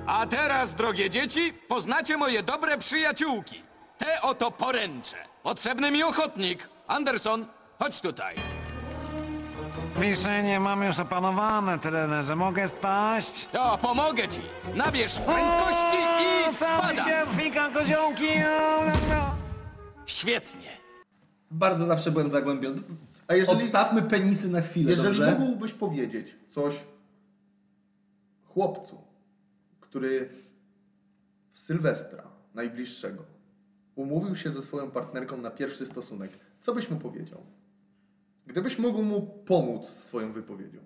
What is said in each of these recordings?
A teraz, drogie dzieci, poznacie moje dobre przyjaciółki. Te oto poręcze. Potrzebny mi ochotnik. Anderson, chodź tutaj. Wiszenie mam już opanowane, trenerze. Mogę spaść? O, pomogę ci. Nabierz prędkości i Cały spada. świat fika, koziołki! Świetnie. Bardzo zawsze byłem zagłębiony. A jeżeli, Odstawmy penisy na chwilę, jeżeli dobrze? mógłbyś powiedzieć coś chłopcu, który w Sylwestra najbliższego umówił się ze swoją partnerką na pierwszy stosunek, co byś mu powiedział? Gdybyś mógł mu pomóc swoją wypowiedzią.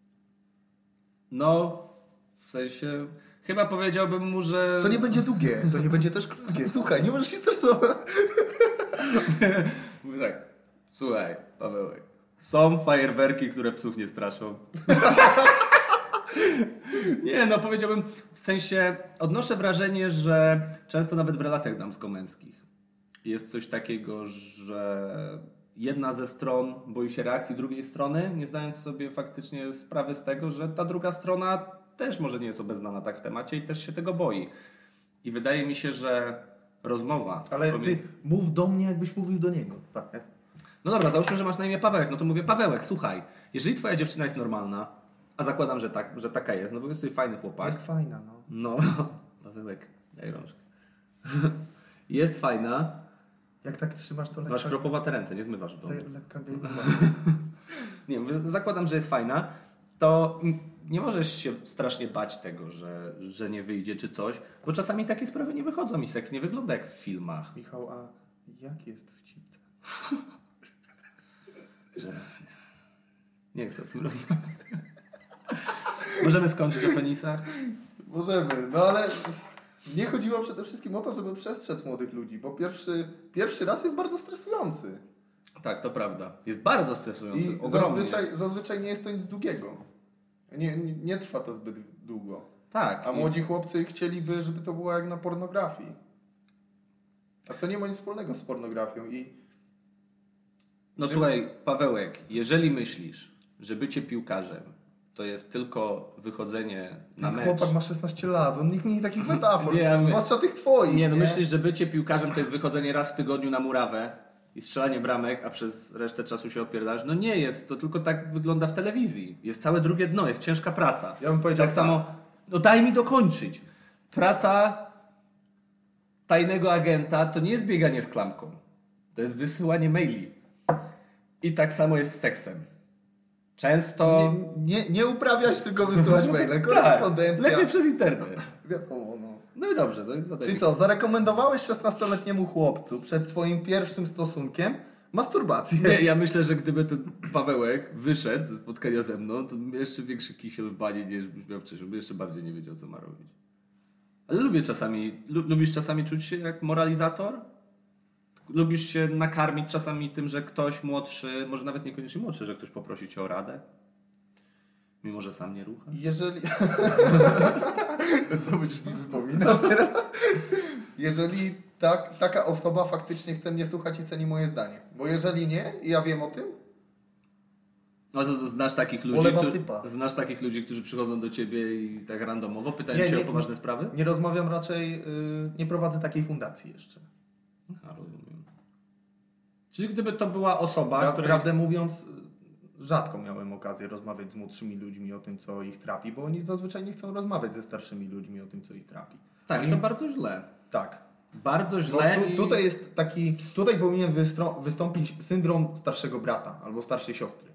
No, w sensie... Chyba powiedziałbym mu, że... To nie będzie długie, to nie będzie też krótkie. Słuchaj, nie możesz się stresować. Mówię tak, słuchaj, Pawełek, są fajerwerki, które psów nie straszą. Nie, no powiedziałbym, w sensie odnoszę wrażenie, że często nawet w relacjach damsko-męskich jest coś takiego, że jedna ze stron boi się reakcji drugiej strony, nie zdając sobie faktycznie sprawy z tego, że ta druga strona też może nie jest obeznana tak w temacie i też się tego boi. I wydaje mi się, że rozmowa... Ale ty mów do mnie, jakbyś mówił do niego. Tak. No dobra, załóżmy, że masz na imię Pawełek, no to mówię Pawełek, słuchaj, jeżeli twoja dziewczyna jest normalna, a zakładam, że tak, że taka jest, no bo jest tutaj fajny chłopak. Jest fajna, no. No, Pawełek, daj rączkę. Jest fajna, Jak tak trzymasz, to lekka... masz kropowate ręce, nie zmywasz w domu. Lekka gejwa. Nie, zakładam, że jest fajna, to nie możesz się strasznie bać tego, że nie wyjdzie czy coś, bo czasami takie sprawy nie wychodzą i seks nie wygląda jak w filmach. Michał, a jak jest w cipce? Że... Nie chcę o tym rozmawiać. Możemy skończyć o penisach? Możemy, no ale nie chodziło przede wszystkim o to, żeby przestrzec młodych ludzi, bo pierwszy raz jest bardzo stresujący. Tak, to prawda. Jest bardzo stresujący. I ogromnie. zazwyczaj nie jest to nic długiego. Nie trwa to zbyt długo. Tak. A młodzi chłopcy chcieliby, żeby to było jak na pornografii. A to nie ma nic wspólnego z pornografią i... No słuchaj, Pawełek, jeżeli myślisz, że bycie piłkarzem to jest tylko wychodzenie na mecz... Chłopak ma 16 lat, on nikt mi takich metafor, Nie, zwłaszcza tych twoich. Nie, no myślisz, że bycie piłkarzem to jest wychodzenie raz w tygodniu na murawę i strzelanie bramek, a przez resztę czasu się opierdasz? No nie jest, to tylko tak wygląda w telewizji. Jest całe drugie dno, jest ciężka praca. Ja bym powiedział tak samo, no daj mi dokończyć. Praca tajnego agenta to nie jest bieganie z klamką. To jest wysyłanie maili. I tak samo jest z seksem. Często... Nie uprawiać, tylko wysyłać maile. Korespondencja. Lepiej przez internet. Wiadomo, no. No i dobrze. To jest Czyli co, zarekomendowałeś 16-letniemu chłopcu przed swoim pierwszym stosunkiem masturbację? Nie, ja myślę, że gdyby ten Pawełek wyszedł ze spotkania ze mną, to bym jeszcze większy kisiel w banie niż miał wcześniej, bo jeszcze bardziej nie wiedział, co ma robić. Ale lubię czasami, lubisz czasami czuć się jak moralizator? Lubisz się nakarmić czasami tym, że ktoś młodszy, może nawet niekoniecznie młodszy, że ktoś poprosi cię o radę? Mimo, że sam nie rucha? Jeżeli... Co będziesz mi wypominał teraz? Jeżeli taka osoba faktycznie chce mnie słuchać i ceni moje zdanie. Bo jeżeli nie, i ja wiem o tym, No to znasz takich ludzi, Olewam typa. znasz takich ludzi, którzy przychodzą do ciebie i tak randomowo pytają cię o poważne sprawy? nie rozmawiam raczej, nie prowadzę takiej fundacji jeszcze. A, rozumiem. Czyli gdyby to była osoba, która... Prawdę mówiąc, rzadko miałem okazję rozmawiać z młodszymi ludźmi o tym, co ich trapi, bo oni zazwyczaj nie chcą rozmawiać ze starszymi ludźmi o tym, co ich trapi. Tak, i to bardzo źle. Tak. Bardzo Bo źle. tutaj jest taki, tutaj powinien wystąpić syndrom starszego brata albo starszej siostry.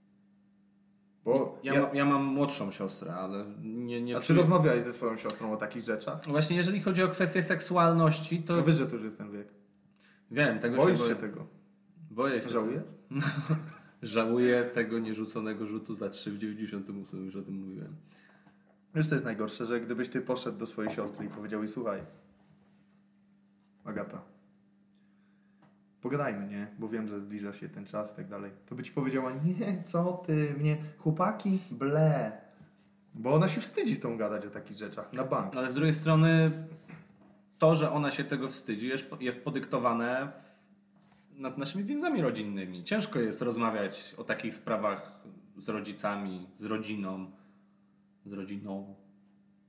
Bo Ja mam młodszą siostrę, ale nie A czy czuję... rozmawiałeś ze swoją siostrą o takich rzeczach? Właśnie jeżeli chodzi o kwestię seksualności, to... To wiesz, że to już jest ten wiek. Wiem, tego Boisz się się boję. tego. Boję się. Żałujesz? Żałuję tego nierzuconego rzutu za 3 w 98, już o tym mówiłem. Wiesz, co jest najgorsze, że gdybyś ty poszedł do swojej siostry i powiedział jej, słuchaj, Agata, pogadajmy, nie? Bo wiem, że zbliża się ten czas i tak dalej. To by ci powiedziała, nie, co ty, mnie, chłopaki, ble. Bo ona się wstydzi z tą gadać o takich rzeczach, na bank. Ale z drugiej strony to, że ona się tego wstydzi, jest podyktowane nad naszymi więzami rodzinnymi. Ciężko jest rozmawiać o takich sprawach z rodzicami, z rodziną.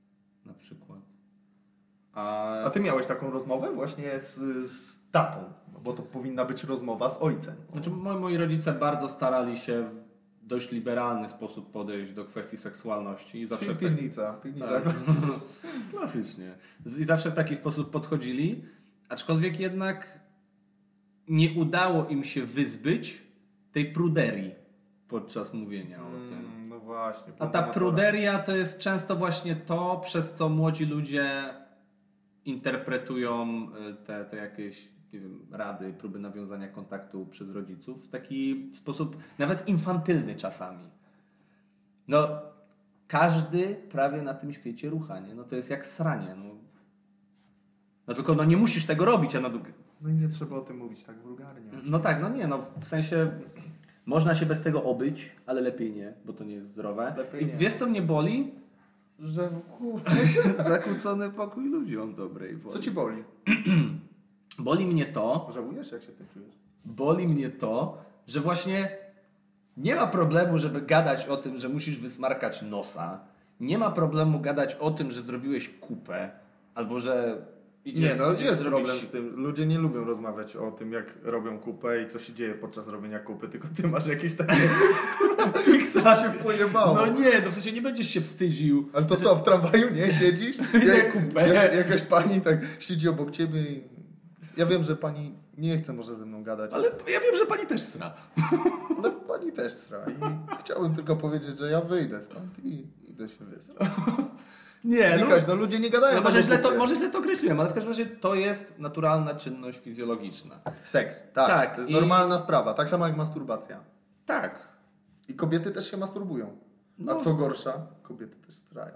na przykład. A ty miałeś taką rozmowę właśnie z tatą, bo to powinna być rozmowa z ojcem. Znaczy, moi rodzice bardzo starali się w dość liberalny sposób podejść do kwestii seksualności. I zawsze Czyli piwnica. Tak. Klasycznie. I zawsze w taki sposób podchodzili, aczkolwiek jednak nie udało im się wyzbyć tej pruderii podczas mówienia o tym. No właśnie. A ta pruderia to jest często właśnie to, przez co młodzi ludzie interpretują te jakieś, nie wiem, rady, próby nawiązania kontaktu przez rodziców w taki sposób nawet infantylny czasami. No, każdy prawie na tym świecie rucha, nie? No to jest jak sranie. No tylko no nie musisz tego robić, a No i nie trzeba o tym mówić tak wulgarnie. no tak, no nie, no w sensie można się bez tego obyć, ale lepiej nie, bo to nie jest zdrowe. Lepiej I nie. wiesz co mnie boli? Że Zakłócony pokój ludziom dobrej woli. co ci boli? Boli mnie to, Żałujesz, jak się z tym czujesz? że właśnie nie ma problemu, żeby gadać o tym, że musisz wysmarkać nosa. Nie ma problemu gadać o tym, że zrobiłeś kupę, albo że Nie, no idziesz jest zrobić- problem z tym. Ludzie nie lubią rozmawiać o tym, jak robią kupę i co się dzieje podczas robienia kupy, tylko ty masz jakieś takie... Co się pojebało. No nie, no w sensie nie będziesz się wstydził. Ale to co, w tramwaju nie siedzisz? Idę kupę. Jakaś pani tak siedzi obok ciebie i... Ja wiem, że pani nie chce może ze mną gadać. Ale ja wiem, że pani też sra. Ale pani też sra. I chciałbym tylko powiedzieć, że ja wyjdę stąd i idę się wysrać. Nie, Nikaś, no ludzie nie gadają no tak o kupie. może źle to określiłem, ale w każdym razie to jest naturalna czynność fizjologiczna. Seks, tak. Tak, To jest i- normalna sprawa. Tak samo jak masturbacja. Tak. I kobiety też się masturbują. No. A co gorsza, kobiety też strają.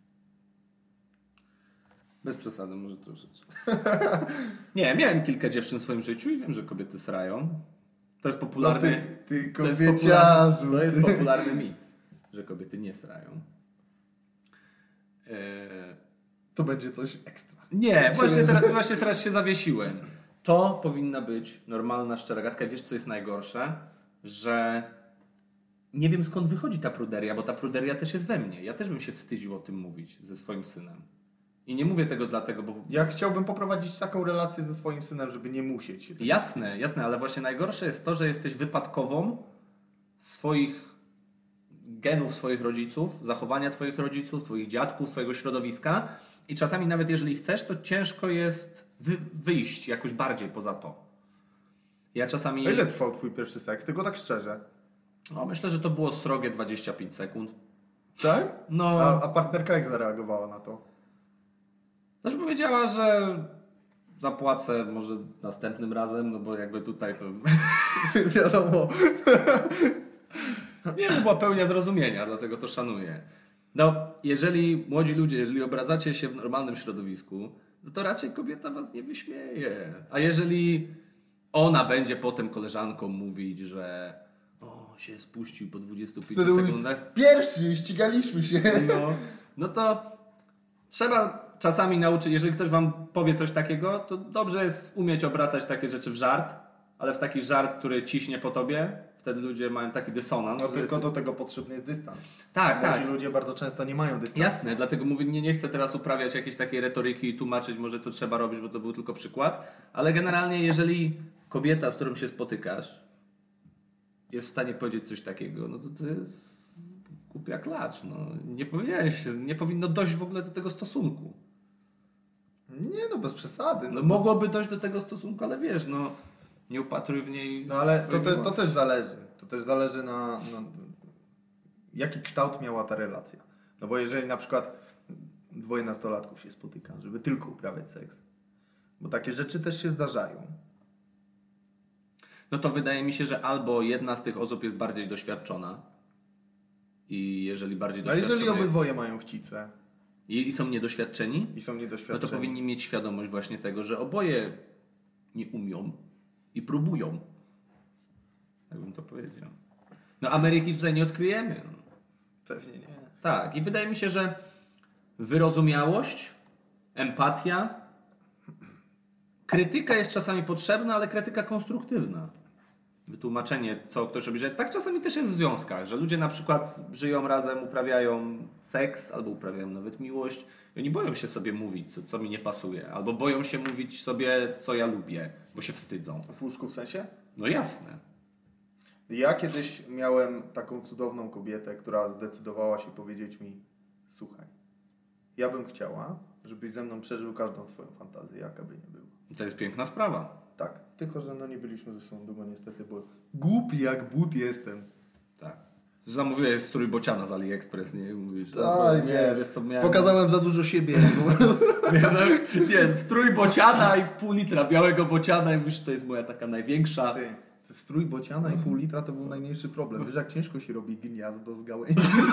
Bez przesady, może troszeczkę. Nie, miałem kilka dziewczyn w swoim życiu i wiem, że kobiety srają. To jest popularny... No ty to jest kobieciarzu. To jest ty. popularny mit, że kobiety nie srają. To będzie coś ekstra. Nie, właśnie teraz się zawiesiłem. To powinna być normalna, szczera gadka. Wiesz, co jest najgorsze? Że nie wiem, skąd wychodzi ta pruderia, bo ta pruderia też jest we mnie. Ja też bym się wstydził o tym mówić ze swoim synem. I nie mówię tego dlatego, bo... Ja chciałbym poprowadzić taką relację ze swoim synem, żeby nie musieć się tego. Jasne, ale właśnie najgorsze jest to, że jesteś wypadkową swoich genów, swoich rodziców, zachowania twoich rodziców, twoich dziadków, twojego środowiska i czasami nawet jeżeli chcesz, to ciężko jest wyjść jakoś bardziej poza to. Ja czasami... A ile trwał twój pierwszy seks? Tylko tak szczerze. No, myślę, że to było srogie 25 sekund. Tak? No, A partnerka jak zareagowała na to? też powiedziała, że zapłacę może następnym razem, no bo jakby tutaj to... Wiadomo. Nie, to była pełnia zrozumienia, dlatego to szanuję. No, jeżeli młodzi ludzie, jeżeli obracacie się w normalnym środowisku, no to raczej kobieta was nie wyśmieje. A jeżeli ona będzie potem koleżankom mówić, że się spuścił po 25 Wtedy mówi, sekundach, pierwszy, ścigaliśmy się. no to trzeba czasami nauczyć, jeżeli ktoś wam powie coś takiego, to dobrze jest umieć obracać takie rzeczy w żart, ale w taki żart, który ciśnie po tobie, wtedy ludzie mają taki dysonans. No że tylko jest... do tego potrzebny jest dystans. Tak, Młodzi tak. ludzie bardzo często nie mają dystansu. Jasne, dlatego mówię, nie chcę teraz uprawiać jakiejś takiej retoryki i tłumaczyć może co trzeba robić, bo to był tylko przykład, ale generalnie jeżeli kobieta, z którą się spotykasz, jest w stanie powiedzieć coś takiego, no to jest głupia klacz. No. Nie powinno dojść w ogóle do tego stosunku. Nie no, bez przesady. No, mogłoby dojść do tego stosunku, ale wiesz, no nie upatruj w niej... No ale to swojego- też zależy. To też zależy na jaki kształt miała ta relacja. No bo jeżeli na przykład dwoje nastolatków się spotyka, żeby tylko uprawiać seks, bo takie rzeczy też się zdarzają. No to wydaje mi się, że albo jedna z tych osób jest bardziej doświadczona i jeżeli bardziej A doświadczona jeżeli obydwoje mają chcicę i są niedoświadczeni, i są no niedoświadczeni, to powinni mieć świadomość właśnie tego, że oboje nie umią i próbują. Tak bym to powiedział. No Ameryki tutaj nie odkryjemy. No. pewnie nie. Tak, i wydaje mi się, że wyrozumiałość, empatia, krytyka jest czasami potrzebna, ale krytyka konstruktywna. wytłumaczenie, co ktoś robi, że tak czasami też jest w związkach, że ludzie na przykład żyją razem, uprawiają seks albo uprawiają nawet miłość i oni boją się sobie mówić, co mi nie pasuje, albo boją się mówić sobie, co ja lubię, bo się wstydzą. W łóżku w sensie? No jasne. Ja kiedyś miałem taką cudowną kobietę, która zdecydowała się powiedzieć mi: słuchaj, ja bym chciała, żebyś ze mną przeżył każdą swoją fantazję, jaka by nie była. To jest piękna sprawa. Tak, tylko że no nie byliśmy ze sobą długo niestety, bo głupi jak but jestem. Tak. Zamówiłeś strój bociana z AliExpress, nie? Mówisz, Tak, nie, wiesz co miałem. Pokazałem za dużo siebie. Nie, strój bociana i w pół litra białego bociana i mówisz, to jest moja taka największa. Ty, strój bociana i pół litra to był najmniejszy problem. Wiesz, jak ciężko się robi gniazdo z gałęzi.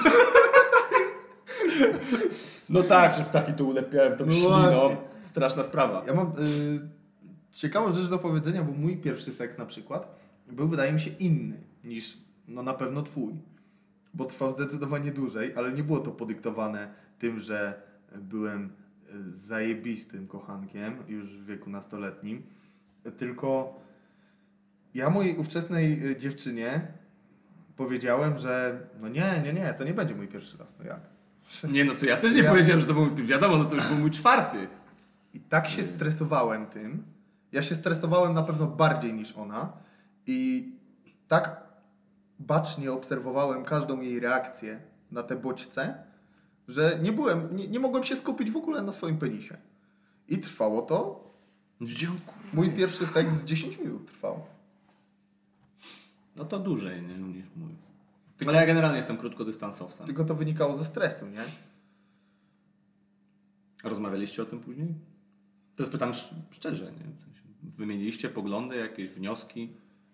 No tak, że ptaki to ulepiałem tą No śliną. właśnie. Straszna sprawa. Ja mam ciekawą rzecz do powiedzenia, bo mój pierwszy seks na przykład był, wydaje mi się, inny niż no na pewno twój. Bo trwał zdecydowanie dłużej, ale nie było to podyktowane tym, że byłem zajebistym kochankiem już w wieku nastoletnim, tylko ja mojej ówczesnej dziewczynie powiedziałem, że no nie, to nie będzie mój pierwszy raz, no jak? Nie, no to ja też nie powiedziałem, że to był, wiadomo, że to już był mój czwarty. I tak się stresowałem tym. Ja się stresowałem na pewno bardziej niż ona. I tak bacznie obserwowałem każdą jej reakcję na te bodźce, że nie mogłem się skupić w ogóle na swoim penisie. I trwało to. Gdzie on, kurwa? Mój pierwszy seks z 10 minut trwał. No to dłużej nie, niż mój. Ale ja generalnie jestem krótkodystansowcem. Tylko to wynikało ze stresu, nie? Rozmawialiście o tym później? To spytam szczerze, nie? W sensie, wymieniliście poglądy, jakieś wnioski?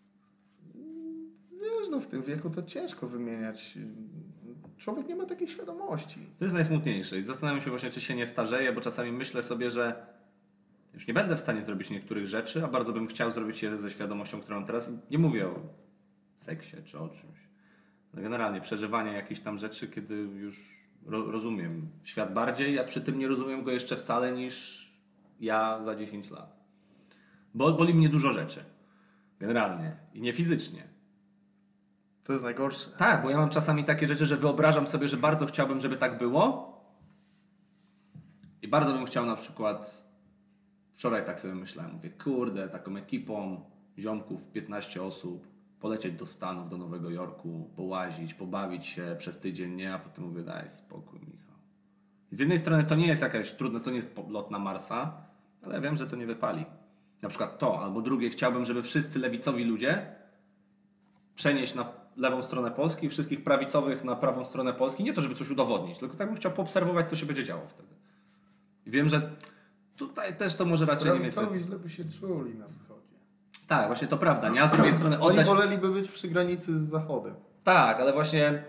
Wiesz, no w tym wieku to ciężko wymieniać. Człowiek nie ma takiej świadomości. To jest najsmutniejsze i zastanawiam się właśnie, czy się nie starzeję, bo czasami myślę sobie, że już nie będę w stanie zrobić niektórych rzeczy, a bardzo bym chciał zrobić je ze świadomością, którą mam teraz. Nie mówię o seksie czy o czymś. No generalnie przeżywanie jakichś tam rzeczy, kiedy już rozumiem świat bardziej, a przy tym nie rozumiem go jeszcze wcale niż ja za 10 lat. Boli mnie dużo rzeczy. Generalnie. I nie fizycznie. To jest najgorsze. Tak, bo ja mam czasami takie rzeczy, że wyobrażam sobie, że bardzo chciałbym, żeby tak było. I bardzo bym chciał na przykład... Wczoraj tak sobie myślałem. Mówię, kurde, taką ekipą ziomków, 15 osób, polecieć do Stanów, do Nowego Jorku, połazić, pobawić się przez tydzień, nie? A potem mówię, daj spokój, Michał. I z jednej strony to nie jest jakaś trudne, to nie jest lot na Marsa, ale ja wiem, że to nie wypali. Na przykład to, albo drugie, chciałbym, żeby wszyscy lewicowi ludzie przenieść na lewą stronę Polski i wszystkich prawicowych na prawą stronę Polski. Nie to, żeby coś udowodnić, tylko tak bym chciał poobserwować, co się będzie działo wtedy. I wiem, że tutaj też to może raczej nie mieć... Prawicowi źle by się czuli na wschodzie. Tak, właśnie to prawda. Nie? A z drugiej strony Oni oddać... woleliby być przy granicy z Zachodem. Tak, ale właśnie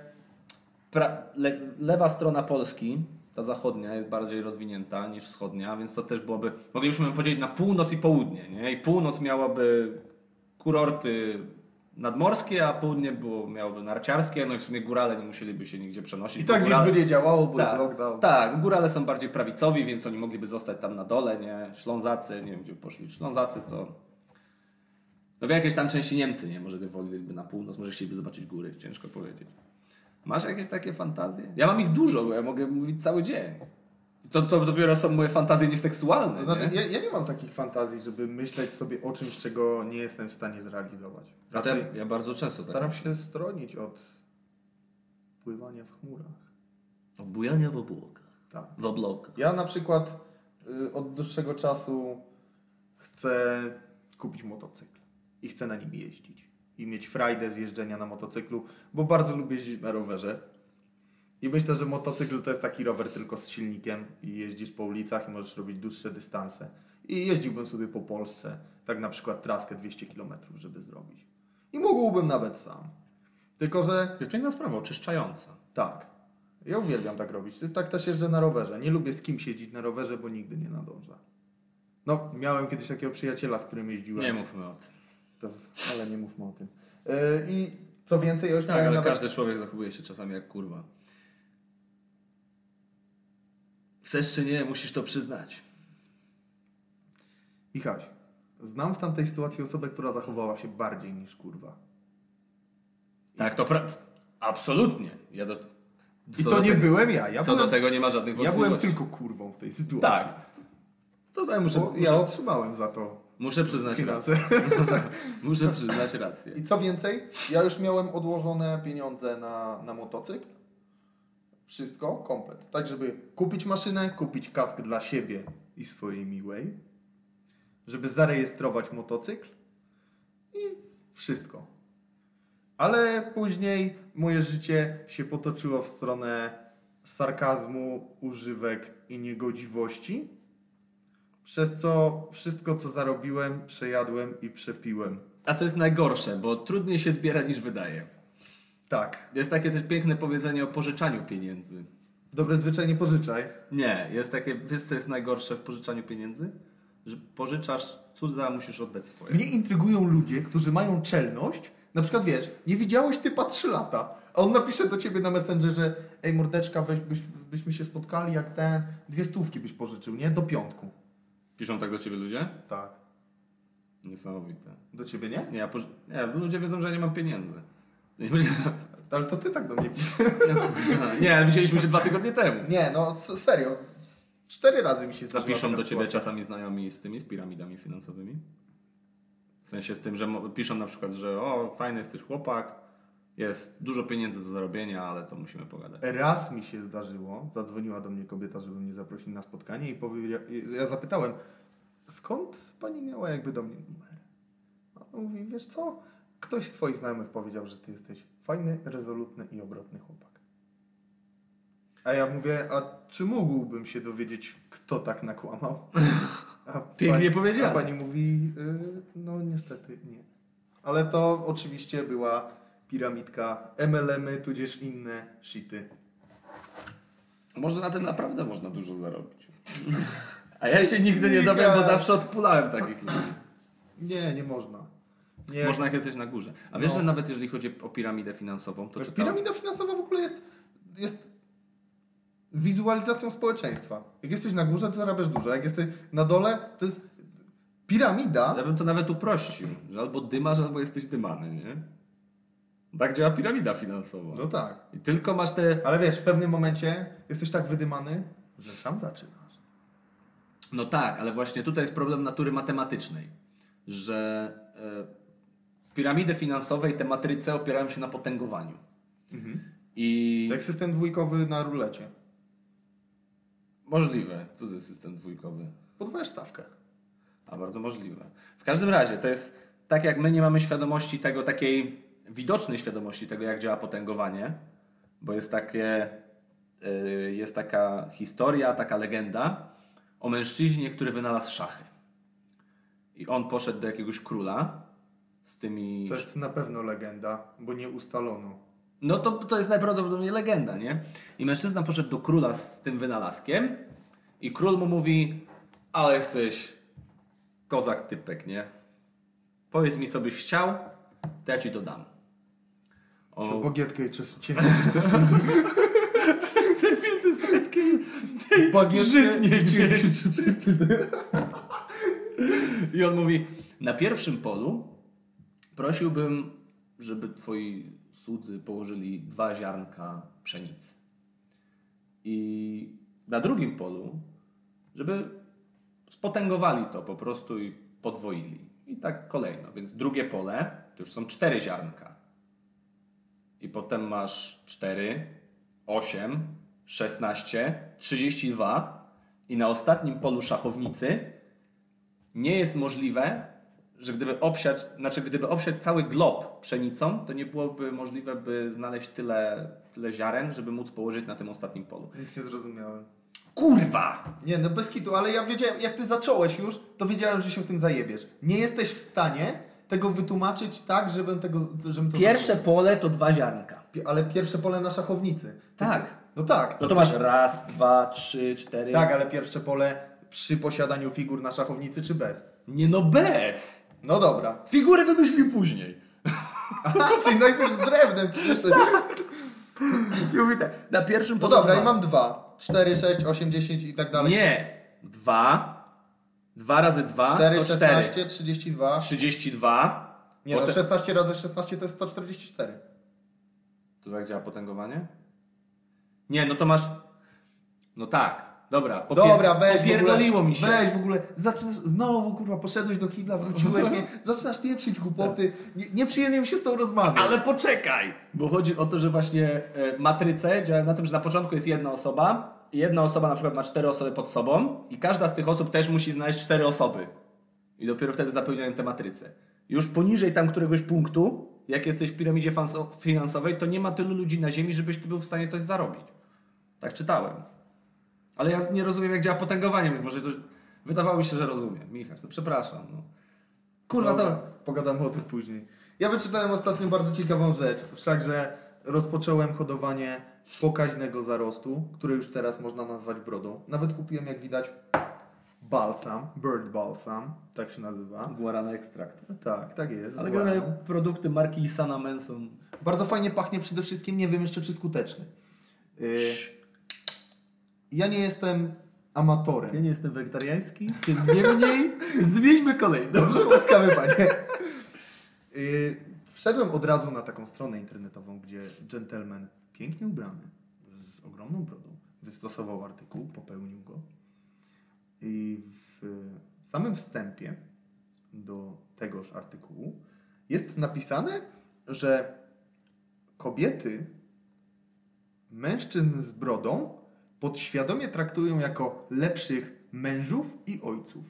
lewa strona Polski, ta zachodnia, jest bardziej rozwinięta niż wschodnia, więc to też byłoby... Moglibyśmy podzielić na północ i południe. Nie? I północ miałaby kurorty nadmorskie, a południe miałoby narciarskie, no i w sumie górale nie musieliby się nigdzie przenosić. I tak nic by nie działało, bo jest lockdown. Tak, górale są bardziej prawicowi, więc oni mogliby zostać tam na dole, nie? Ślązacy, nie wiem gdzie poszli. Ślązacy to... No w jakiejś tam części Niemcy, nie? Może woleliby na północ, może chcieliby zobaczyć góry, ciężko powiedzieć. Masz jakieś takie fantazje? Ja mam ich dużo, bo ja mogę mówić cały dzień. To dopiero są moje fantazje nieseksualne, To znaczy, nie? ja nie mam takich fantazji, żeby myśleć sobie o czymś, czego nie jestem w stanie zrealizować. A to Raczej ja bardzo często staram się stronić od pływania w chmurach. Od bujania w obłokach. Tak. W oblokach. Ja na przykład od dłuższego czasu chcę kupić motocykl i chcę na nim jeździć. I mieć frajdę z jeżdżenia na motocyklu, bo bardzo lubię jeździć na rowerze. I myślę, że motocykl to jest taki rower tylko z silnikiem i jeździsz po ulicach i możesz robić dłuższe dystanse. I jeździłbym sobie po Polsce, tak na przykład traskę 200 km, żeby zrobić. I mógłbym nawet sam. Tylko, że To jest piękna sprawa, oczyszczająca. tak, ja uwielbiam tak robić. Tak też jeżdżę na rowerze. Nie lubię z kimś jeździć na rowerze, bo nigdy nie nadąża. No, miałem kiedyś takiego przyjaciela, z którym jeździłem. Nie mówmy o tym. Ale nie mówmy o tym. I co więcej, ja już Tak, miałem ale nawet... każdy człowiek zachowuje się czasami jak kurwa. Chcesz czy nie, musisz to przyznać. Michaś, Znam w tamtej sytuacji osobę, która zachowała się bardziej niż kurwa. Tak, to absolutnie. I to nie byłem ja. Co do tego nie ma żadnych Ja wątpliwości. byłem tylko kurwą w tej sytuacji. Tak. Tutaj Bo ja otrzymałem za to muszę przyznać finanse. Muszę przyznać rację. I co więcej, ja już miałem odłożone pieniądze na motocykl. Wszystko, komplet. Tak, żeby kupić maszynę, kupić kask dla siebie i swojej miłej. Żeby zarejestrować motocykl. I wszystko. Ale później moje życie się potoczyło w stronę sarkazmu, używek i niegodziwości. Przez co wszystko, co zarobiłem, przejadłem i przepiłem. A to jest najgorsze, bo trudniej się zbiera niż wydaje. Tak. Jest takie też piękne powiedzenie o pożyczaniu pieniędzy. Dobre zwyczaj nie pożyczaj. Nie, jest takie, wiesz co jest najgorsze w pożyczaniu pieniędzy? Że pożyczasz cudze, a musisz oddać swoje. Mnie intrygują ludzie, którzy mają czelność. Na przykład wiesz, nie widziałeś typa 3 lata, a on napisze do ciebie na Messengerze: ej mordeczka, byśmy się spotkali, jak 200 byś pożyczył, nie? Do piątku. Piszą tak do ciebie ludzie? Tak. Niesamowite. Do ciebie nie? Nie, ludzie wiedzą, że ja nie mam pieniędzy. Nie, będzie... Ale to ty tak do mnie piszesz. nie, widzieliśmy się 2 tygodnie temu. Nie, no serio. 4 razy mi się A zdarzyła piszą taka do ciebie sytuacja. czasami znajomi z piramidami finansowymi? W sensie z tym, że piszą na przykład, że o, fajny jesteś chłopak, jest dużo pieniędzy do zarobienia, ale to musimy pogadać. Raz mi się zdarzyło, zadzwoniła do mnie kobieta, żeby mnie zaprosić na spotkanie i ja zapytałem, skąd pani miała jakby do mnie numer? A on mówi, wiesz co, ktoś z twoich znajomych powiedział, że ty jesteś fajny, rezolutny i obrotny chłopak. A ja mówię, a czy mógłbym się dowiedzieć, kto tak nakłamał? Pięknie powiedziane. A pani mówi, no niestety nie. Ale to oczywiście była piramidka, MLM-y, tudzież inne shity. Może na tym naprawdę można dużo zarobić. A ja się nigdy nie dowiem, bo zawsze odpulałem takich ludzi. Nie można. Nie. Można jak jesteś na górze. A wiesz, No. że nawet jeżeli chodzi o piramidę finansową, to czytałem... Piramida finansowa w ogóle jest wizualizacją społeczeństwa. Jak jesteś na górze, to zarabiasz dużo. Jak jesteś na dole, to jest piramida. Ja bym to nawet uprościł, że albo dymasz, albo jesteś dymany, nie? Tak działa piramida finansowa. No tak. I tylko masz te... Ale wiesz, w pewnym momencie jesteś tak wydymany, że sam zaczynasz. No tak, ale właśnie tutaj jest problem natury matematycznej, że piramidy finansowe i te matryce opierają się na potęgowaniu. I Jak system dwójkowy na rulecie. możliwe, co to jest system dwójkowy? Podwajesz stawkę. A bardzo możliwe. W każdym razie to jest tak, jak my nie mamy świadomości tego, takiej widocznej świadomości tego, jak działa potęgowanie, bo jest taka historia, taka legenda o mężczyźnie, który wynalazł szachy. I on poszedł do jakiegoś króla z tymi... To jest na pewno legenda, bo nie ustalono. No to jest najprawdopodobniej legenda, nie? I mężczyzna poszedł do króla z tym wynalazkiem i król mu mówi: ale jesteś kozak typek, nie? Powiedz mi, co byś chciał, to ja ci to dam. Bagietkę i cienkie czyste filtry. Te filtry z setkiem Bagietkę I on mówi: na pierwszym polu prosiłbym, żeby twoi słudzy położyli 2 ziarnka pszenicy. I na drugim polu, żeby spotęgowali to po prostu i podwoili. I tak kolejno. Więc drugie pole to już są 4 ziarnka. I potem masz 4, 8, 16, 32 i na ostatnim polu szachownicy nie jest możliwe, że gdyby obsiać cały glob pszenicą, to nie byłoby możliwe, by znaleźć tyle ziaren, żeby móc położyć na tym ostatnim polu. Nic nie zrozumiałem. Kurwa! Nie, no bez kitu, ale ja wiedziałem, jak ty zacząłeś już, to wiedziałem, że się w tym zajebiesz. Nie jesteś w stanie tego wytłumaczyć tak, żebym to Pierwsze zrozumiał. pole to 2 ziarnka. Ale pierwsze pole na szachownicy. Tak. No tak. No to masz 1, 2, 3, 4. Tak, ale pierwsze pole przy posiadaniu figur na szachownicy czy bez? Nie no, bez! No dobra. Figury wymyślił później. Aha, czyli najpierw z drewnem przyszedł. I mówi tak, na pierwszym No polu dobra, 2. i mam 2. 4, 6, 8, 10 i tak dalej. Nie. 2, 2 razy 2 4, to 16, 4. 32. 32. Nie no, Potem- 16 razy 16 to jest 144. To tak działa potęgowanie? Nie, no to masz... No tak. Dobra. Dobra, weź Popierdoliło w ogóle, mi się. Weź w ogóle, zaczynasz znowu, kurwa, poszedłeś do kibla, wróciłeś, nie, zaczynasz pieprzyć głupoty, nieprzyjemnie mi się z tą rozmawiać. Ale poczekaj! Bo chodzi o to, że właśnie matryce działają na tym, że na początku jest jedna osoba i jedna osoba na przykład ma 4 osoby pod sobą i każda z tych osób też musi znaleźć 4 osoby. I dopiero wtedy zapełniają te matryce. Już poniżej tam któregoś punktu, jak jesteś w piramidzie finansowej, to nie ma tylu ludzi na ziemi, żebyś ty był w stanie coś zarobić. Tak czytałem. Ale ja nie rozumiem, jak działa potęgowanie, więc może to wydawało mi się, że rozumiem. Michał, no przepraszam. No. Kurwa, Dobra, to... pogadamy o tym później. Ja wyczytałem ostatnio bardzo ciekawą rzecz, wszakże rozpocząłem hodowanie pokaźnego zarostu, który już teraz można nazwać brodą. Nawet kupiłem, jak widać, balsam, bird balsam, tak się nazywa. Guarana ekstrakt. Tak, tak jest. Ale z generalnie guaraną. produkty marki Sana Manson. Bardzo fajnie pachnie, przede wszystkim nie wiem jeszcze, czy skuteczny. Ja nie jestem amatorem. Ja nie jestem wegetariański, tym niemniej zmieńmy kolejną. Dobrze, łaskawy panie. Wszedłem od razu na taką stronę internetową, gdzie gentleman pięknie ubrany, z ogromną brodą, wystosował artykuł, popełnił go. I w samym wstępie do tegoż artykułu jest napisane, że kobiety mężczyzn z brodą podświadomie traktują jako lepszych mężów i ojców.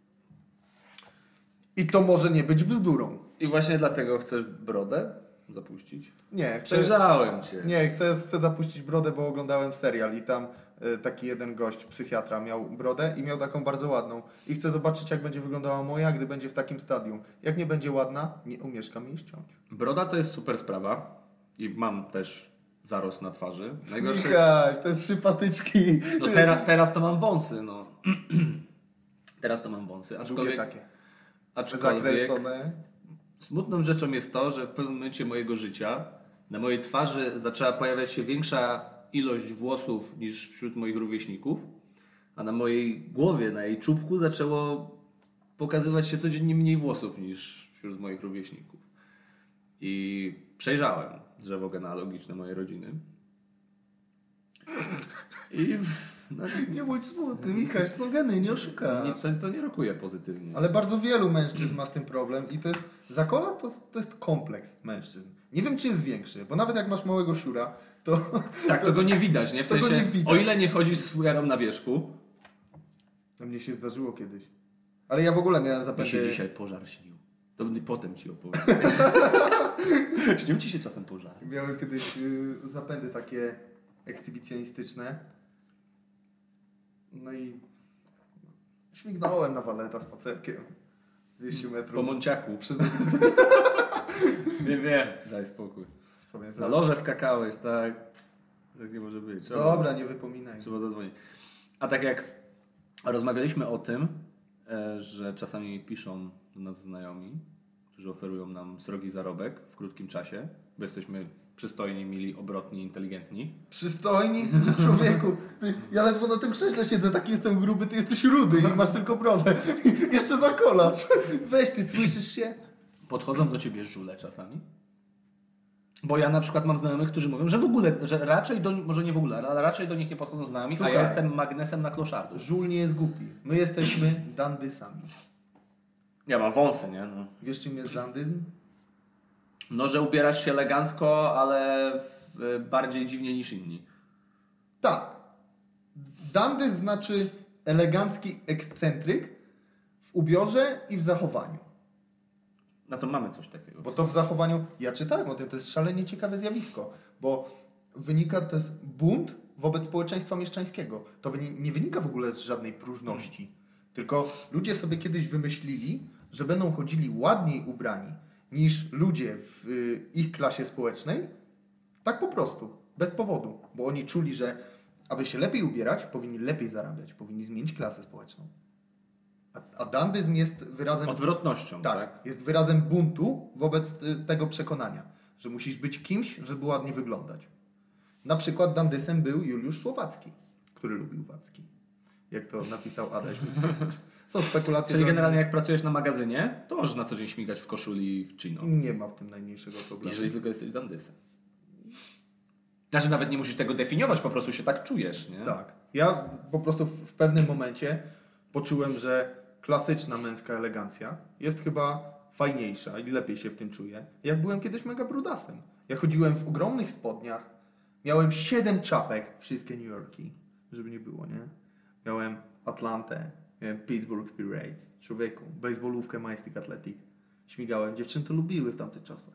I to może nie być bzdurą. I właśnie dlatego chcesz brodę zapuścić? Nie, chcę, Przejrzałem cię. nie chcę zapuścić brodę, bo oglądałem serial i tam taki jeden gość, psychiatra, miał brodę i miał taką bardzo ładną. I chcę zobaczyć, jak będzie wyglądała moja, gdy będzie w takim stadium. Jak nie będzie ładna, nie umieszkam jej ściąć. Broda to jest super sprawa i mam też zarost na twarzy. Najgorsze... Michał, to jest 3 patyczki. No teraz to mam wąsy, no. Teraz to mam wąsy, Drugie takie. aczkolwiek Zakręcone. smutną rzeczą jest to, że w pewnym momencie mojego życia na mojej twarzy zaczęła pojawiać się większa ilość włosów niż wśród moich rówieśników, a na mojej głowie, na jej czubku zaczęło pokazywać się codziennie mniej włosów niż wśród moich rówieśników. I przejrzałem drzewo genealogiczne mojej rodziny. I no, Nie bądź smutny, Michał, są geny, nie oszukasz. to nie rokuje pozytywnie. Ale bardzo wielu mężczyzn ma z tym problem i to jest, zakola to jest kompleks mężczyzn. Nie wiem, czy jest większy, bo nawet jak masz małego siura, to... Tak, to go nie widać, nie? W To go sensie, nie widać. o ile nie chodzisz z fujarą na wierzchu, To mnie się zdarzyło kiedyś. Ale ja w ogóle miałem mi zapędy... się dzisiaj pożar śnił. To potem ci opowiem. Śnił ci się czasem pożar. Miałem kiedyś zapędy takie ekshibicjonistyczne. No i śmignąłem na waleta spacerkiem. 200 metrów. Po Monciaku. Przez... Wiem. Daj spokój. Pamiętam. Na loże skakałeś, tak? Tak nie może być. Dobra, nie wypominaj. Trzeba zadzwonić. A tak jak rozmawialiśmy o tym, że czasami piszą do nas znajomi, którzy oferują nam srogi zarobek w krótkim czasie, bo jesteśmy przystojni, mili, obrotni, inteligentni. Przystojni? Człowieku, ja ledwo na tym krześle siedzę, taki jestem gruby, ty jesteś rudy i masz tylko brodę. Jeszcze zakolacz. Weź, ty słyszysz się? Podchodzą do ciebie żule czasami. Bo ja na przykład mam znajomych, którzy mówią, że w ogóle, że raczej może nie w ogóle, ale raczej do nich nie podchodzą z nami, Słuchaj. a ja jestem magnesem na kloszardów. Żul nie jest głupi. My jesteśmy dandysami. Ja mam wąsy, nie? No. Wiesz, czym jest dandyzm? No, że ubierasz się elegancko, ale bardziej dziwnie niż inni. Tak. Dandyzm znaczy elegancki ekscentryk w ubiorze i w zachowaniu. No to mamy coś takiego. Bo to w zachowaniu, ja czytałem o tym, to jest szalenie ciekawe zjawisko, bo wynika, to jest bunt wobec społeczeństwa mieszczańskiego. To nie wynika w ogóle z żadnej próżności, tylko ludzie sobie kiedyś wymyślili, że będą chodzili ładniej ubrani niż ludzie w ich klasie społecznej, tak po prostu, bez powodu, bo oni czuli, że aby się lepiej ubierać, powinni lepiej zarabiać, powinni zmienić klasę społeczną. A dandyzm jest wyrazem... Odwrotnością, tak? Tak, jest wyrazem buntu wobec tego przekonania, że musisz być kimś, żeby ładnie wyglądać. Na przykład dandysem był Juliusz Słowacki, który lubił Wacki. jak to napisał Adaś Mickiewicz. Są spekulacje, Czyli że generalnie jak pracujesz na magazynie, to możesz na co dzień śmigać w koszuli i w chino. nie ma w tym najmniejszego problemu. Jeżeli tylko jesteś dandysem. Znaczy nawet nie musisz tego definiować, po prostu się tak czujesz, nie? Tak. Ja po prostu w pewnym momencie poczułem, że klasyczna męska elegancja jest chyba fajniejsza i lepiej się w tym czuję. Jak byłem kiedyś mega brudasem. Ja chodziłem w ogromnych spodniach, miałem 7 czapek, wszystkie New Yorki, żeby nie było, nie? Miałem Atlantę, miałem Pittsburgh Pirates, człowieku, baseballówkę Majestic Athletic. Śmigałem, dziewczyny to lubiły w tamtych czasach.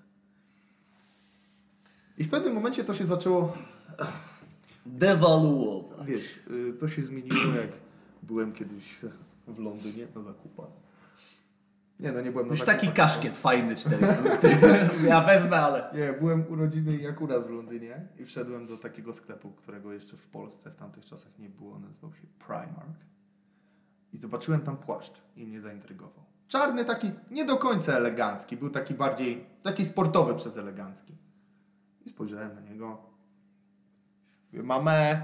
I w pewnym momencie to się zaczęło, Dewaluować. wiesz, to się zmieniło, jak byłem kiedyś w Londynie na zakupach. Nie, no nie byłem na Już zakupach. taki kaszkiet fajny 4 punkty. Ja wezmę, ale... Nie, byłem urodziny i akurat w Londynie i wszedłem do takiego sklepu, którego jeszcze w Polsce w tamtych czasach nie było, nazywał się Primark. I zobaczyłem tam płaszcz i mnie zaintrygował. Czarny, taki nie do końca elegancki, był taki bardziej, taki sportowy przez elegancki. I spojrzałem na niego. Mówię, mamę.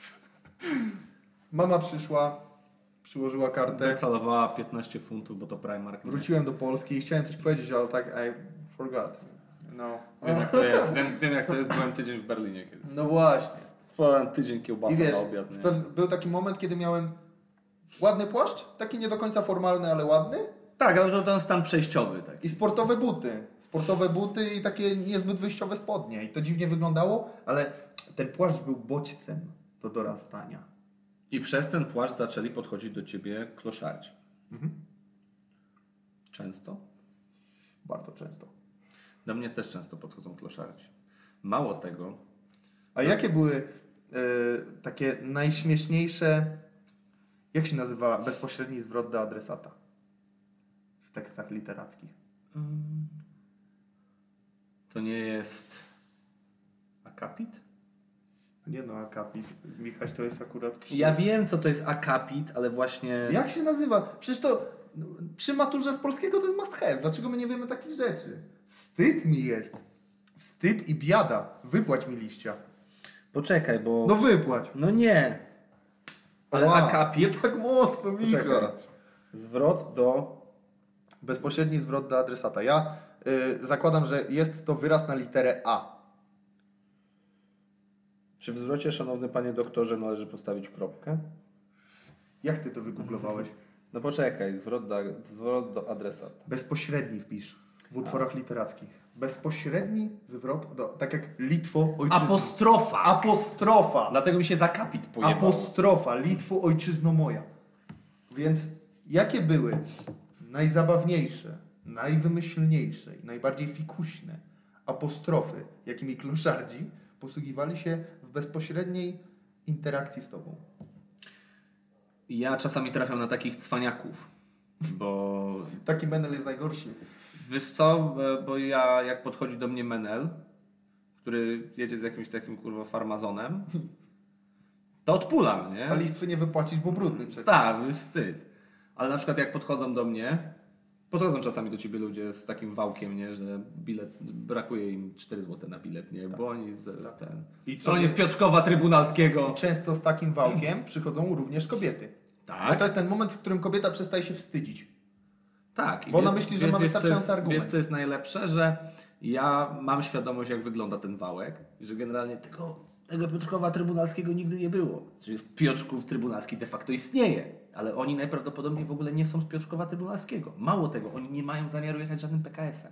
Mama przyszła, przyłożyła kartę. Wycalowała 15 funtów, bo to Primark. Nie? Wróciłem do Polski i chciałem coś powiedzieć, ale tak I forgot. No. Wiem jak to jest, wiem jak to jest, byłem tydzień w Berlinie kiedyś. No właśnie. Byłem tydzień kiełbasa I wiesz, na obiad. Nie? był taki moment, kiedy miałem ładny płaszcz, taki nie do końca formalny, ale ładny. Tak, ale to ten stan przejściowy. Tak. I sportowe buty. Sportowe buty i takie niezbyt wyjściowe spodnie. I to dziwnie wyglądało, ale ten płaszcz był bodźcem do dorastania. I przez ten płaszcz zaczęli podchodzić do ciebie kloszardzi. Często? Bardzo często. Do mnie też często podchodzą kloszardzi. Mało tego, A jakie były takie najśmieszniejsze, jak się nazywa bezpośredni zwrot do adresata w tekstach literackich? to nie jest akapit? Nie no, akapit. Michał, to jest akurat... Ja wiem, co to jest akapit, ale właśnie... Jak się nazywa? Przecież to przy maturze z polskiego to jest must have. Dlaczego my nie wiemy takich rzeczy? Wstyd mi jest. Wstyd i biada. Wypłać mi liścia. Poczekaj, bo... No wypłać. No nie. Ale Ła, akapit... nie tak mocno, Michał. Poczekaj. Zwrot do... Bezpośredni zwrot do adresata. Ja zakładam, że jest to wyraz na literę A. Przy zwrocie, szanowny panie doktorze, należy postawić kropkę. Jak ty to wygooglowałeś? No poczekaj, zwrot do adresata. Bezpośredni wpisz w utworach literackich. Bezpośredni zwrot do... Tak jak Litwo, ojczyzno. Apostrofa! Apostrofa. Dlatego mi się z akapit pojebało. Apostrofa. Litwo, ojczyzno moja. Więc jakie były najzabawniejsze, najwymyślniejsze i najbardziej fikuśne apostrofy, jakimi kloszardzi posługiwali się w bezpośredniej interakcji z tobą? Ja czasami trafiam na takich cwaniaków, bo... Taki Menel jest najgorszy. Wiesz co, bo ja jak podchodzi do mnie Menel, który jedzie z jakimś takim kurwa farmazonem, to odpulam, nie? A listwy nie wypłacić, bo brudny przecież. Tak, wstyd. Ale na przykład jak podchodzą do mnie, podchodzą czasami do ciebie ludzie z takim wałkiem, nie, że bilet, brakuje im 4 zł na bilet, nie, bo oni z ten... I co oni z Piotrkowa Trybunalskiego. I często z takim wałkiem przychodzą również kobiety. Tak. Bo to jest ten moment, w którym kobieta przestaje się wstydzić. Tak. I Bo ona myśli, że ma wystarczający argument. Wiesz, co jest najlepsze? Że ja mam świadomość, jak wygląda ten wałek i że generalnie tego Piotrkowa Trybunalskiego nigdy nie było. Czyli Piotrków Trybunalski de facto istnieje, ale oni najprawdopodobniej w ogóle nie są z Piotrkowa Trybunalskiego. Mało tego, oni nie mają zamiaru jechać żadnym PKS-em.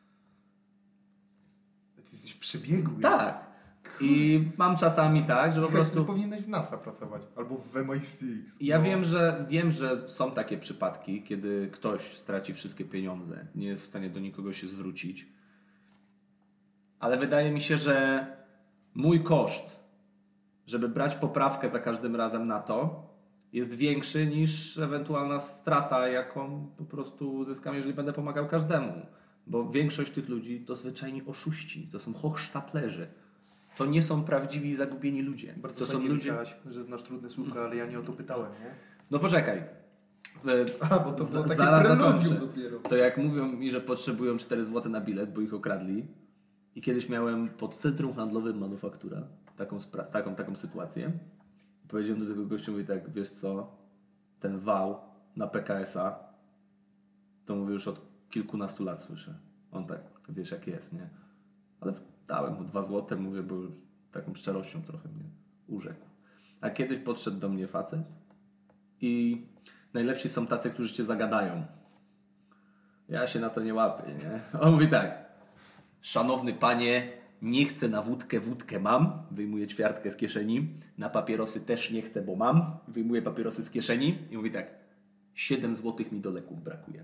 Ty jesteś przebiegły. Tak. I mam czasami tak, że po Michał, prostu... ty powinieneś w NASA pracować. Albo w MI6. Ja No. wiem, że są takie przypadki, kiedy ktoś straci wszystkie pieniądze, nie jest w stanie do nikogo się zwrócić. Ale wydaje mi się, że mój koszt, żeby brać poprawkę za każdym razem na to, jest większy niż ewentualna strata, jaką po prostu uzyskam, jeżeli będę pomagał każdemu. Bo większość tych ludzi to zwyczajni oszuści, to są hochsztaplerzy. To nie są prawdziwi, zagubieni ludzie. Bardzo To są fajnie ludzie... Michałaś, że znasz trudne słówka, ale ja nie o to pytałem, nie? No poczekaj. A, bo to było takie Zaraz preludium zakończę. dopiero. To jak mówią mi, że potrzebują 4 zł na bilet, bo ich okradli i kiedyś miałem pod centrum handlowym Manufaktura taką sytuację. Powiedziałem do tego gościa, mówię tak, wiesz co, ten wał na PKS-a, to mówię już od kilkunastu lat słyszę. On tak, wiesz jak jest, nie? Ale dałem mu 2 złote, mówię, bo już taką szczerością trochę mnie urzekł. A kiedyś podszedł do mnie facet i najlepsi są tacy, którzy cię zagadają. Ja się na to nie łapię, nie? On mówi tak: szanowny panie, nie chcę na wódkę mam. Wyjmuję ćwiartkę z kieszeni. Na papierosy też nie chcę, bo mam. Wyjmuję papierosy z kieszeni i mówi tak: 7 złotych mi do leków brakuje.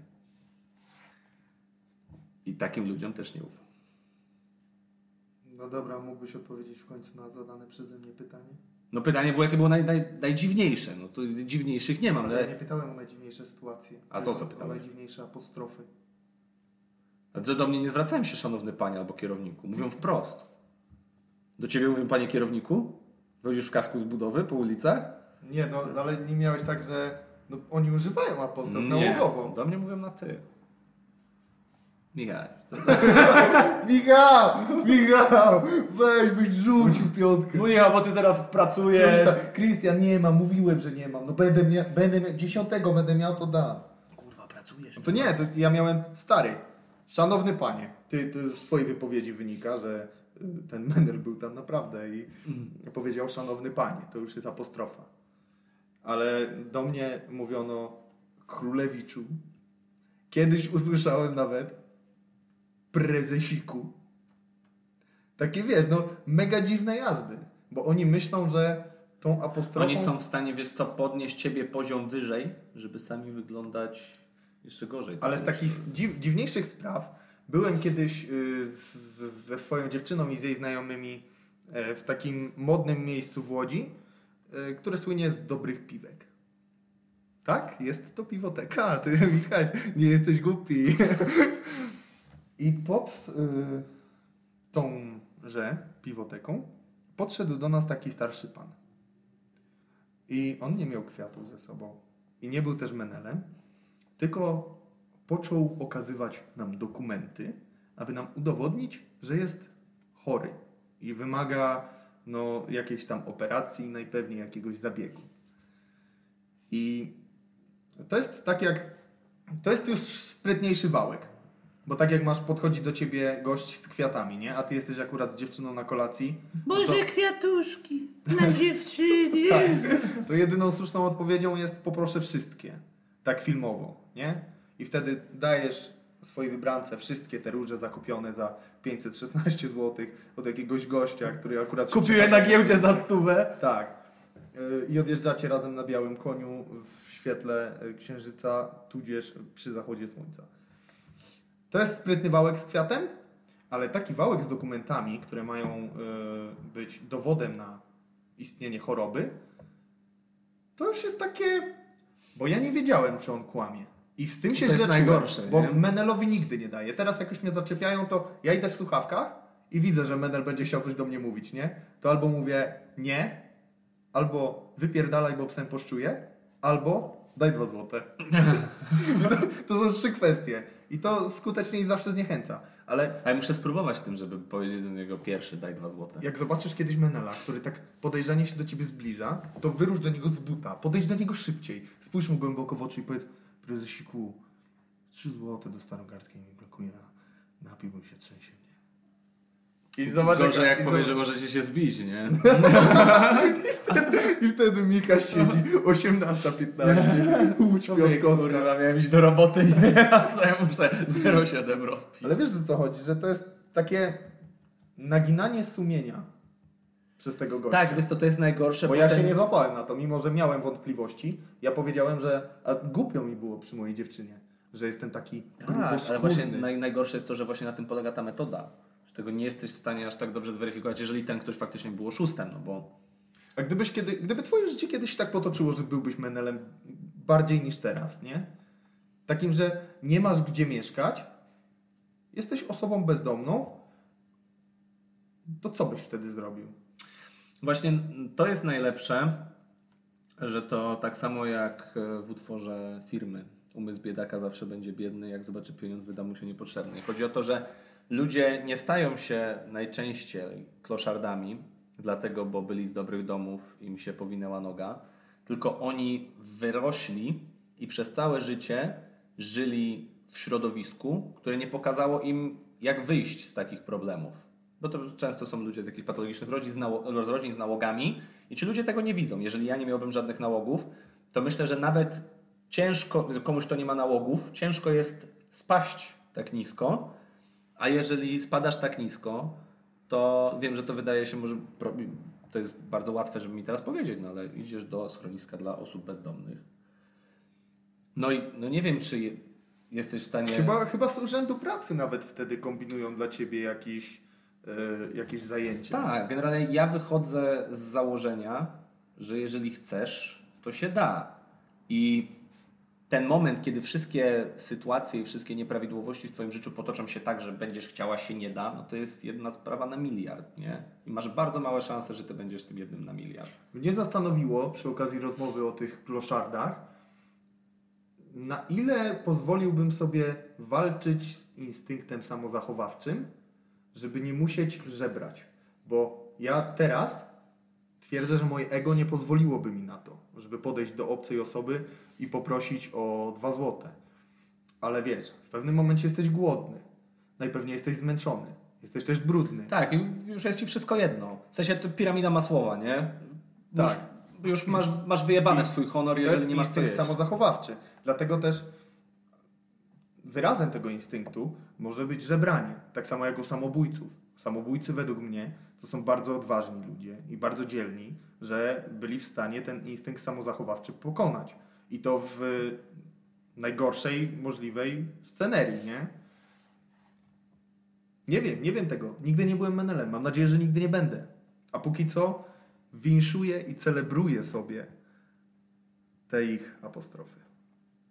I takim ludziom też nie ufam. No dobra, mógłbyś odpowiedzieć w końcu na zadane przeze mnie pytanie? No pytanie było, jakie było najdziwniejsze. No to dziwniejszych nie mam, Ja nie ale... pytałem o najdziwniejsze sytuacje. A co Tylko pytałeś? O najdziwniejsze apostrofy. A to do mnie nie zwracałem się, szanowny panie albo kierowniku. Mówią wprost. Do ciebie mówią, panie kierowniku? Chodzisz w kasku z budowy po ulicach? Nie, no ale nie miałeś tak, że no, oni używają apostrof nałogowo. Do mnie mówią na ty. Michał. Michał, weź byś rzucił piątkę. Michał, bo ty teraz pracujesz. Krystian, nie mam, mówiłem, że nie mam. No będę miał 10 będę miał, to dam. Kurwa, pracujesz. No to nie, to ja miałem stary. Szanowny panie, ty z twojej wypowiedzi wynika, że ten Menel był tam naprawdę i powiedział szanowny panie, to już jest apostrofa. Ale do mnie mówiono królewiczu. Kiedyś usłyszałem nawet prezesiku. Takie wiesz, no mega dziwne jazdy, bo oni myślą, że tą apostrofą... Oni są w stanie, wiesz co, podnieść ciebie poziom wyżej, żeby sami wyglądać jeszcze gorzej. Ale z takich dziwniejszych spraw byłem kiedyś ze swoją dziewczyną i z jej znajomymi w takim modnym miejscu w Łodzi, które słynie z dobrych piwek. Tak? Jest to piwoteka. Ty, Michał, nie jesteś głupi. I pod tąże piwoteką podszedł do nas taki starszy pan. I on nie miał kwiatów ze sobą. I nie był też menelem, tylko począł okazywać nam dokumenty, aby nam udowodnić, że jest chory i wymaga no, jakiejś tam operacji, najpewniej jakiegoś zabiegu. I to jest tak jak... To jest już sprytniejszy wałek. Bo tak jak podchodzi do ciebie gość z kwiatami, nie? A ty jesteś akurat z dziewczyną na kolacji. Boże, kwiatuszki dla dziewczyny. Tak. To jedyną słuszną odpowiedzią jest poproszę wszystkie. Tak filmowo, nie? I wtedy dajesz swojej wybrance wszystkie te róże zakupione za 516 zł od jakiegoś gościa, który akurat... Kupiłem na giełdzie za 100. Tak. I odjeżdżacie razem na białym koniu w świetle księżyca, tudzież przy zachodzie słońca. To jest sprytny wałek z kwiatem, ale taki wałek z dokumentami, które mają być dowodem na istnienie choroby, to już jest takie... Bo ja nie wiedziałem, czy on kłamie. I z tym się to jest źle czułem, najgorsze, bo nie? Menelowi nigdy nie daje. Teraz jak już mnie zaczepiają, to ja idę w słuchawkach i widzę, że Menel będzie chciał coś do mnie mówić, nie? To albo mówię nie, albo wypierdalaj, bo psem poszczuję, albo daj 2 złote. To są 3 kwestie. I to skutecznie i zawsze zniechęca. Ale Ale muszę spróbować tym, żeby powiedzieć do niego pierwszy, daj 2 złote. jak zobaczysz kiedyś Menela, który tak podejrzanie się do ciebie zbliża, to wyrusz do niego z buta, podejdź do niego szybciej, spójrz mu głęboko w oczy i powiedz: prezesiku, 3 złote do Starogardzkiej mi brakuje, a napiłbym się, trzęsie mnie. I zobacz, Gorzej jak powie, że możecie się zbić, nie? I wtedy Mika siedzi 18:15, Łódź Piotrkowska. Kurwa, miałem iść do roboty, nie? A co ja muszę 0,7 rozpić. Ale wiesz, o co chodzi? Że to jest takie naginanie sumienia przez tego gościa. Tak, wiesz co, to jest najgorsze, Bo ja się nie złapałem na to, mimo że miałem wątpliwości. Ja powiedziałem, że głupio mi było przy mojej dziewczynie, że jestem taki Tak, ale właśnie gruboskórny. najgorsze jest to, że właśnie na tym polega ta metoda. Że tego nie jesteś w stanie aż tak dobrze zweryfikować, jeżeli ten ktoś faktycznie był oszustem, no bo... A gdyby twoje życie kiedyś się tak potoczyło, że byłbyś menelem bardziej niż teraz, nie? Takim, że nie masz gdzie mieszkać, jesteś osobą bezdomną, to co byś wtedy zrobił? Właśnie to jest najlepsze, że to tak samo jak w utworze Firmy. Umysł biedaka zawsze będzie biedny, jak zobaczy pieniądz, wyda mu się niepotrzebny. I chodzi o to, że ludzie nie stają się najczęściej kloszardami, dlatego, bo byli z dobrych domów i im się powinęła noga, tylko oni wyrośli i przez całe życie żyli w środowisku, które nie pokazało im, jak wyjść z takich problemów. Bo to często są ludzie z jakichś patologicznych rodzin z nałogami i ci ludzie tego nie widzą. Jeżeli ja nie miałbym żadnych nałogów, to myślę, że nawet ciężko, komuś, kto nie ma nałogów, ciężko jest spaść tak nisko, a jeżeli spadasz tak nisko, to wiem, że to wydaje się może... To jest bardzo łatwe, żeby mi teraz powiedzieć, no ale idziesz do schroniska dla osób bezdomnych. No i no nie wiem, czy jesteś w stanie... Chyba z urzędu pracy nawet wtedy kombinują dla ciebie jakieś zajęcie. Tak, generalnie ja wychodzę z założenia, że jeżeli chcesz, to się da. I ten moment, kiedy wszystkie sytuacje i wszystkie nieprawidłowości w twoim życiu potoczą się tak, że będziesz chciała, się nie da, no to jest jedna sprawa na miliard, nie? I masz bardzo małe szanse, że ty będziesz tym jednym na miliard. Mnie zastanowiło przy okazji rozmowy o tych kloszardach, na ile pozwoliłbym sobie walczyć z instynktem samozachowawczym, żeby nie musieć żebrać. Bo ja teraz twierdzę, że moje ego nie pozwoliłoby mi na to, żeby podejść do obcej osoby i poprosić o 2 złote. Ale wiesz, w pewnym momencie jesteś głodny. Najpewniej jesteś zmęczony. Jesteś też brudny. Tak, już jest ci wszystko jedno. W sensie to piramida Masłowa, nie? Tak. Już masz wyjebane w swój honor, To jeżeli jest nie masz co instynkt jeść. samozachowawczy. Dlatego też wyrazem tego instynktu może być żebranie. Tak samo jak u samobójców. Samobójcy według mnie to są bardzo odważni ludzie i bardzo dzielni, że byli w stanie ten instynkt samozachowawczy pokonać. I to w najgorszej możliwej scenerii, nie? Nie wiem tego. Nigdy nie byłem menelem. Mam nadzieję, że nigdy nie będę. A póki co winszuję i celebruję sobie te ich apostrofy.